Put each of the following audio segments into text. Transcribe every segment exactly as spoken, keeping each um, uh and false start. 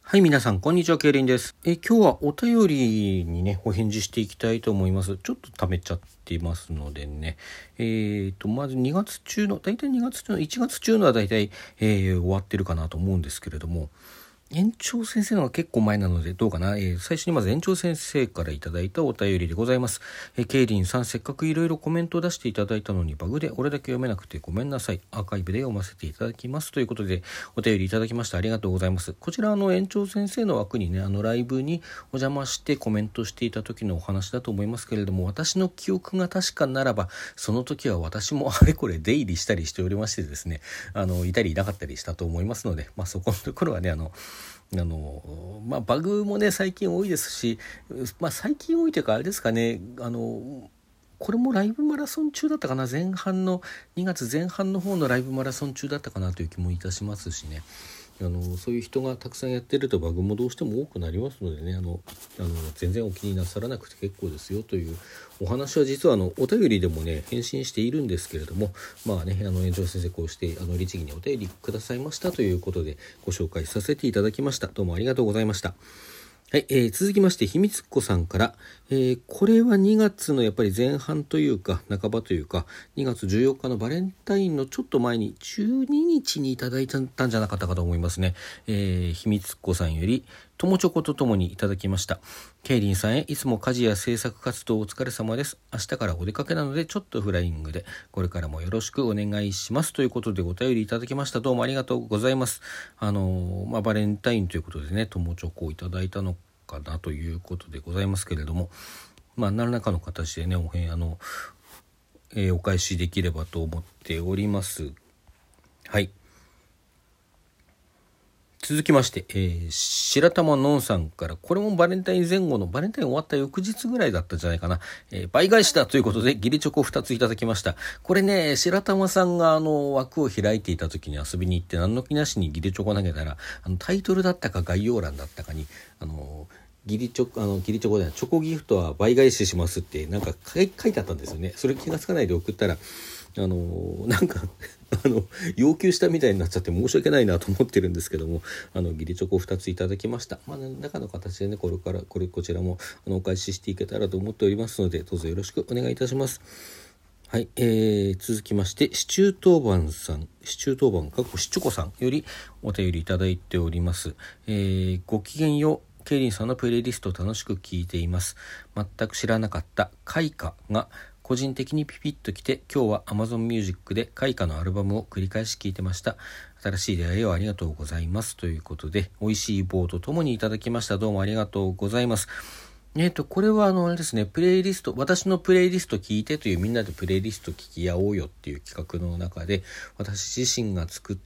はい、皆さん、こんにちは、ケイリンです。え、今日はお便りにね、お返事していきたいと思います。ちょっと溜めちゃっていますのでね。えーと、まずにがつ中の、だいたいにがつ中の、いちがつ中のはだいたい、えー終わってるかなと思うんですけれども、園長先生のが結構前なのでどうかな、えー、最初にまず園長先生からいただいたお便りでございます。えー、ケイリンさん、せっかくいろいろコメントを出していただいたのにバグで俺だけ読めなくてごめんなさい。アーカイブで読ませていただきますということでお便りいただきましてありがとうございます。こちらの園長先生の枠にね、あのライブにお邪魔してコメントしていた時のお話だと思いますけれども、私の記憶が確かならばその時は私もあれこれ出入りしたりしておりましてですね、あのいたりいなかったりしたと思いますので、まあ、そこのところはね、あのあのまあ、バグもね最近多いですし、まあ、最近多いというかあれですかね、あのこれもライブマラソン中だったかな、前半のにがつぜん半の方のライブマラソン中だったかなという気もいたしますしね、あのそういう人がたくさんやってるとバグもどうしても多くなりますのでね、あのあの全然お気になさらなくて結構ですよというお話は実はあのお便りでもね返信しているんですけれども、まあね、あの園長先生こうしてあの律儀にお便りくださいましたということでご紹介させていただきました。どうもありがとうございました。はい、えー、続きましてひみつっこさんから、えー、これはにがつのやっぱり前半というか半ばというかにがつじゅうよっかのバレンタインのちょっと前にじゅうににちにいただいたんじゃなかったかと思いますね。えー、ひみつっこさんより友チョコとともにいただきました。ケイリンさんへいつも家事や制作活動お疲れ様です。明日からお出かけなのでちょっとフライングでこれからもよろしくお願いしますということでお便りいただきました。どうもありがとうございます。あのー、まあバレンタインということでね、友チョコをいただいたのかなということでございますけれども、まあ何らかの形でねお返あの、えー、お返しできればと思っております。はい、続きまして、えー、白玉のんさんから、これもバレンタイン前後のバレンタイン終わった翌日ぐらいだったんじゃないかな、えー、倍返しだということで義理チョコふたついただきました。これね、白玉さんがあの枠を開いていた時に遊びに行って何の気なしに義理チョコ投げたら、あのタイトルだったか概要欄だったかにあの義理チョコあの義理チョコではチョコギフトは倍返ししますってなんか書いてあったんですよね。それ気がつかないで送ったら、あのなんかあの要求したみたいになっちゃって申し訳ないなと思ってるんですけども、あの義理チョコふたついただきました。まあ何らかの形でね、これからこれこちらもあのお返ししていけたらと思っておりますので、どうぞよろしくお願いいたします。はい、えー、続きましてシチュー当番さんシチュー当番かっこしちょこさんよりお便りいただいております。えー、ごきげんよう、ケイリンさんのプレイリストを楽しく聞いています。全く知らなかった開花が個人的にピピッときて、今日は Amazon Music で開花のアルバムを繰り返し聴いてました。新しい出会いをありがとうございますということで、美味しい棒とともにいただきました。どうもありがとうございます。えーと、これはあのあれですね、プレイリスト、私のプレイリスト聞いてという、みんなでプレイリスト聞き合おうよっていう企画の中で、私自身が作った、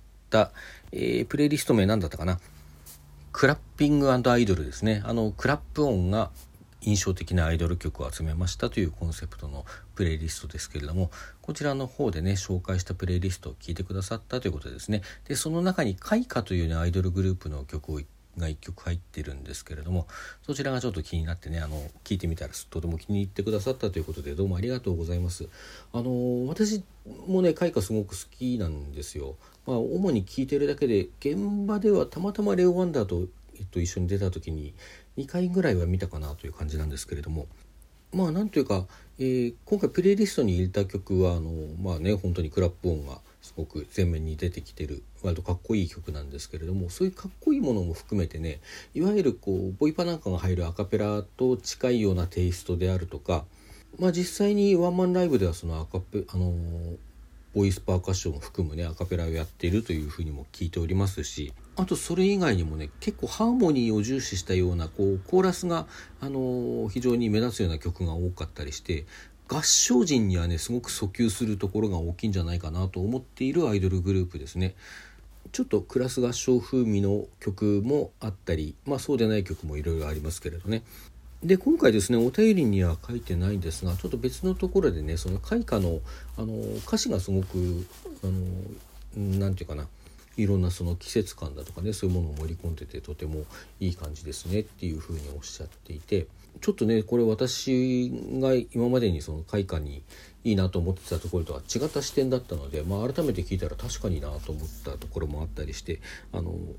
えー、プレイリスト名なんだったかな、クラッピング&アイドルですね。あのクラップ音が印象的なアイドル曲を集めましたというコンセプトのプレイリストですけれども、こちらの方でね紹介したプレイリストを聞いてくださったということですね。でその中に開花という、ね、アイドルグループの曲をがいっきょく入ってるんですけれども、そちらがちょっと気になってね、あの聞いてみたらとても気に入ってくださったということで、どうもありがとうございます。あの私もね開花すごく好きなんですよ。まあ、主に聞いてるだけで、現場ではたまたまレオワンダーと、えっと、一緒に出た時ににかいぐらいは見たかなという感じなんですけれども、まあなんというか、えー、今回プレイリストに入れた曲はあのまあね本当にクラップ音がすごく前面に出てきてる割とかっこいい曲なんですけれども、そういうかっこいいものも含めてね、いわゆるこうボイパなんかが入るアカペラと近いようなテイストであるとか、まあ実際にワンマンライブではそのアカペあのーボイスパーカッションを含むねアカペラをやっているというふうにも聞いておりますし、あとそれ以外にもね結構ハーモニーを重視したようなこうコーラスが、あのー、非常に目立つような曲が多かったりして、合唱陣にはねすごく訴求するところが大きいんじゃないかなと思っているアイドルグループですね。ちょっとクラス合唱風味の曲もあったり、まあそうでない曲もいろいろありますけれどね。で今回ですねお便りには書いてないんですが、ちょっと別のところでねその開花のあの歌詞がすごくあのなんていうかな、いろんなその季節感だとかね、そういうものを盛り込んでてとてもいい感じですねっていうふうにおっしゃっていて、ちょっとねこれ私が今までにその開花にいいなと思ってたところとは違った視点だったので、まあ、改めて聞いたら確かになと思ったところもあったりして、あの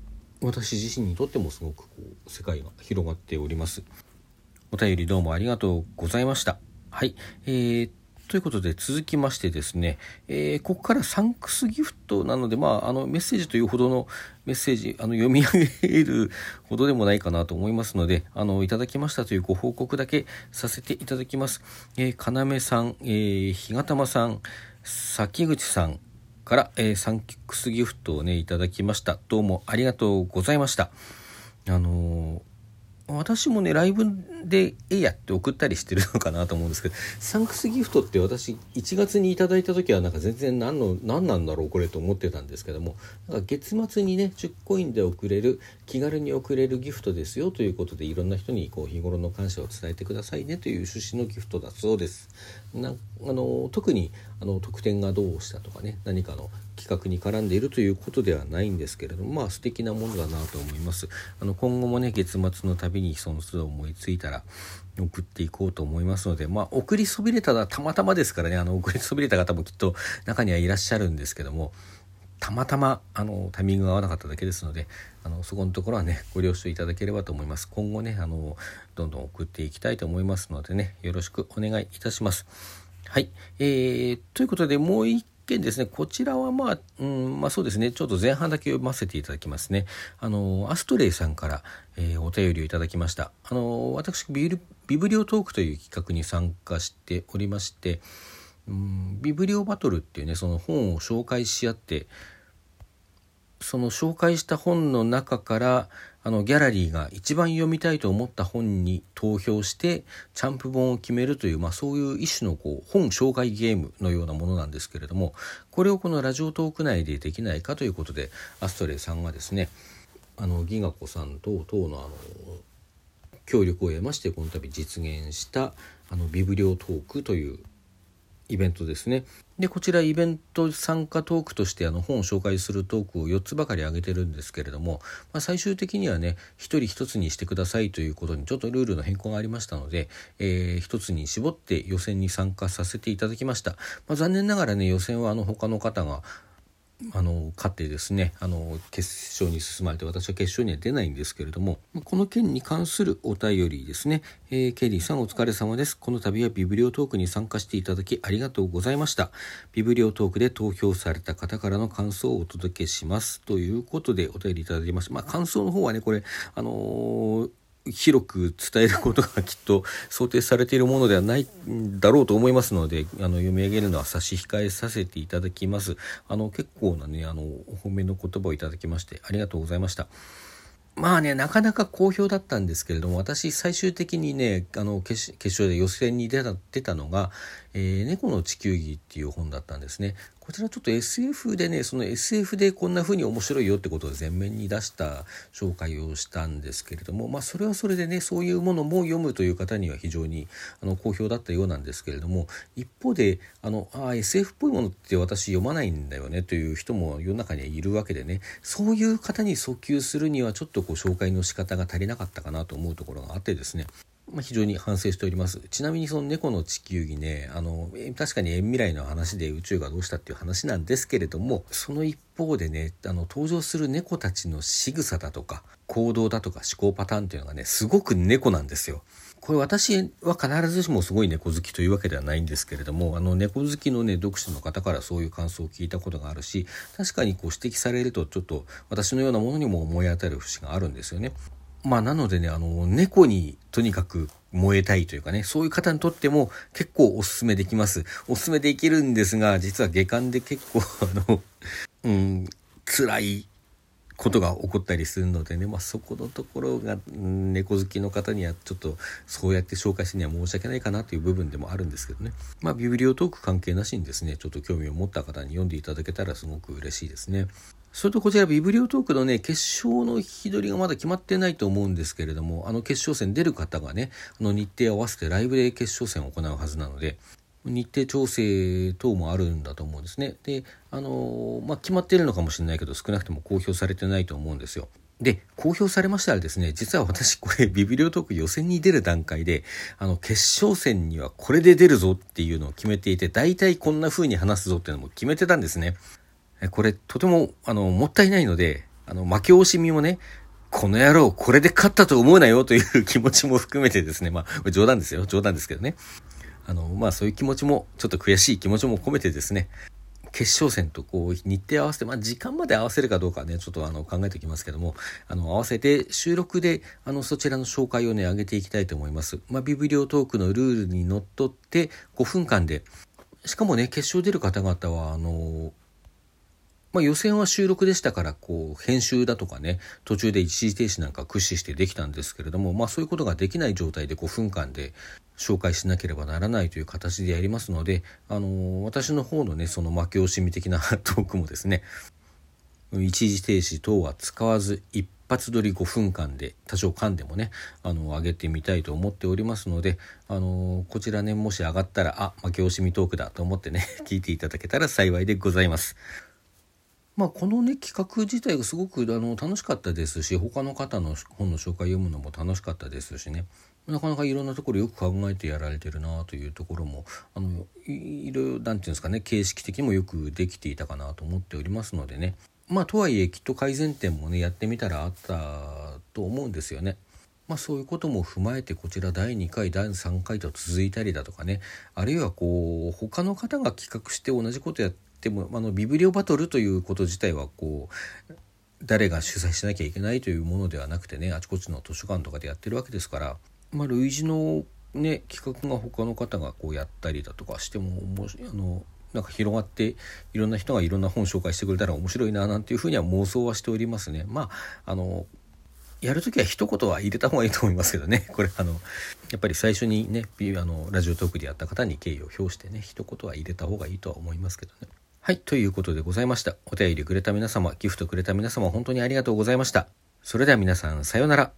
私自身にとってもすごくこう世界が広がっております。お便りどうもありがとうございました。はい、えーということで続きましてですね、えー、ここからサンクスギフトなので、まあ、あのメッセージというほどのメッセージあの読み上げるほどでもないかなと思いますので、あのいただきましたというご報告だけさせていただきます。えー、かなめさん、えー、ひがたまさん、崎口さんから、えー、サンクスギフトをねいただきました。どうもありがとうございました。あのー私もねライブでええやって送ったりしてるのかなと思うんですけど、サンクスギフトって私いちがつにいただいた時はなんか全然何の何なんだろうこれと思ってたんですけども、なんか月末にねじゅうコインで送れる気軽に送れるギフトですよということで、いろんな人にこう日頃の感謝を伝えてくださいねという趣旨のギフトだそうです。なあの特にあの特典がどうしたとかね、何かの企画に絡んでいるということではないんですけれども、まあ素敵なものだなと思います。あの今後もね月末のたびにその都度思いついたら送っていこうと思いますので、まあ送りそびれたらたまたまですからね、あの送りそびれた方もきっと中にはいらっしゃるんですけども、たまたまあのタイミングが合わなかっただけですので、あのそこのところはねご了承いただければと思います。今後ねあのどんどん送っていきたいと思いますのでね、よろしくお願いいたします。はい、えー、ということでもう一件ですね、こちらはまあ、うん、まあそうですね、ちょっと前半だけ読ませていただきますね。あのアストレイさんから、えー、お便りをいただきました。あの私ビブビブリオトークという企画に参加しておりまして、うん、ビブリオバトルっていうねその本を紹介し合って、その紹介した本の中からあのギャラリーが一番読みたいと思った本に投票してチャンプ本を決めるという、まあ、そういう一種のこう本紹介ゲームのようなものなんですけれども、これをこのラジオトーク内でできないかということで、アストレイさんがですね、あのギガ子さん等々のあの協力を得ましてこの度実現したあのビブリオトークというイベントですね。でこちらイベント参加トークとしてあの本を紹介するトークをよっつばかり挙げてるんですけれども、まあ、最終的にはね一人一つにしてくださいということにちょっとルールの変更がありましたので、えー、一つに絞って予選に参加させていただきました。まあ、残念ながらね予選はあの他の方があの勝ってですねあの決勝に進まれて、私は決勝には出ないんですけれども、この件に関するお便りですね、えー、ケリーさんお疲れ様です。この度はビブリオトークに参加していただきありがとうございました。ビブリオトークで投票された方からの感想をお届けしますということでお便りいただきました。まあ感想の方はねこれあのー広く伝えることがきっと想定されているものではないんだろうと思いますので、あの読み上げるのは差し控えさせていただきます。あの結構なねあのお褒めの言葉をいただきましてありがとうございました。まあねなかなか好評だったんですけれども、私最終的にねあの決決勝で予選に出た出たのが、えー、猫の地球儀っていう本だったんですね。こちらちょっと エスエフ でねその エスエフ でこんな風に面白いよってことを前面に出した紹介をしたんですけれども、まあそれはそれでねそういうものも読むという方には非常にあの好評だったようなんですけれども、一方であのあ エスエフ っぽいものって私読まないんだよねという人も世の中にはいるわけでね、そういう方に訴求するにはちょっとこう紹介の仕方が足りなかったかなと思うところがあってですね、まあ、非常に反省しております。ちなみにその猫の地球儀ねあの確かに遠未来の話で宇宙がどうしたっていう話なんですけれども、その一方でねあの登場する猫たちの仕草だとか行動だとか思考パターンっていうのがねすごく猫なんですよ。これ私は必ずしもすごい猫好きというわけではないんですけれども、あの猫好きのね読者の方からそういう感想を聞いたことがあるし、確かにこう指摘されるとちょっと私のようなものにも思い当たる節があるんですよね。まあなのでねあの猫にとにかく燃えたいというかね、そういう方にとっても結構おすすめできます。おすすめできるんですが、実は下巻で結構あのうん辛いことが起こったりするのでね、まあ、そこのところが、うん、猫好きの方にはちょっとそうやって紹介するには申し訳ないかなという部分でもあるんですけどね、まあビブリオトーク関係なしにですねちょっと興味を持った方に読んでいただけたらすごく嬉しいですね。それとこちらビブリオトークのね決勝の日取りがまだ決まってないと思うんですけれども、あの決勝戦出る方がねあの日程を合わせてライブで決勝戦を行うはずなので、日程調整等もあるんだと思うんですね。で、あのー、まあ、決まっているのかもしれないけど少なくとも公表されてないと思うんですよ。で、公表されましたらですね、実は私これビブリオトーク予選に出る段階で、あの決勝戦にはこれで出るぞっていうのを決めていて、大体こんな風に話すぞっていうのも決めてたんですね。これとてもあのもったいないので、 あの、負け惜しみもね、この野郎、これで勝ったと思うなよという気持ちも含めてですね、まあ、冗談ですよ。冗談ですけどね。あの、まあ、そういう気持ちも、ちょっと悔しい気持ちも込めてですね、決勝戦とこう日程合わせて、まあ、時間まで合わせるかどうかはね、ちょっとあの考えておきますけども、あの合わせて収録であのそちらの紹介をね、上げていきたいと思います。まあ、ビブリオトークのルールにのっとってごふんかんで、しかもね、決勝出る方々は、あの、まあ、予選は収録でしたから、こう、編集だとかね、途中で一時停止なんか駆使してできたんですけれども、まあ、そういうことができない状態でごふんかんで紹介しなければならないという形でやりますので、あのー、私の方のね、その負け惜しみ的なトークもですね、一時停止等は使わず、一発撮りごふんかんで、多少噛んでもね、あの、上げてみたいと思っておりますので、あのー、こちらね、もし上がったら、あ、負け惜しみトークだと思ってね、聞いていただけたら幸いでございます。まあ、このね、企画自体がすごくあの楽しかったですし、他の方の本の紹介を読むのも楽しかったですしね、なかなかいろんなところよく考えてやられてるなというところも、あのいろいろなんていうんですかね、形式的にもよくできていたかなと思っておりますのでね、まあとはいえきっと改善点もね、やってみたらあったと思うんですよね。まあそういうことも踏まえて、こちらだいにかいだいさんかいと続いたりだとかね、あるいはこう他の方が企画して同じことやってでもあのビブリオバトルということ自体はこう誰が主催しなきゃいけないというものではなくてね、あちこちの図書館とかでやってるわけですから、まあ、類似の、ね、企画が他の方がこうやったりだとかしても、もしあのなんか広がっていろんな人がいろんな本紹介してくれたら面白いななんていうふうには妄想はしておりますね。まああのやるときは一言は入れた方がいいと思いますけどね。これあのやっぱり最初にね、あのラジオトークでやった方に敬意を表してね、一言は入れた方がいいとは思いますけどね。はい、ということでございました。お便りくれた皆様、ギフトくれた皆様、本当にありがとうございました。それでは皆さん、さようなら。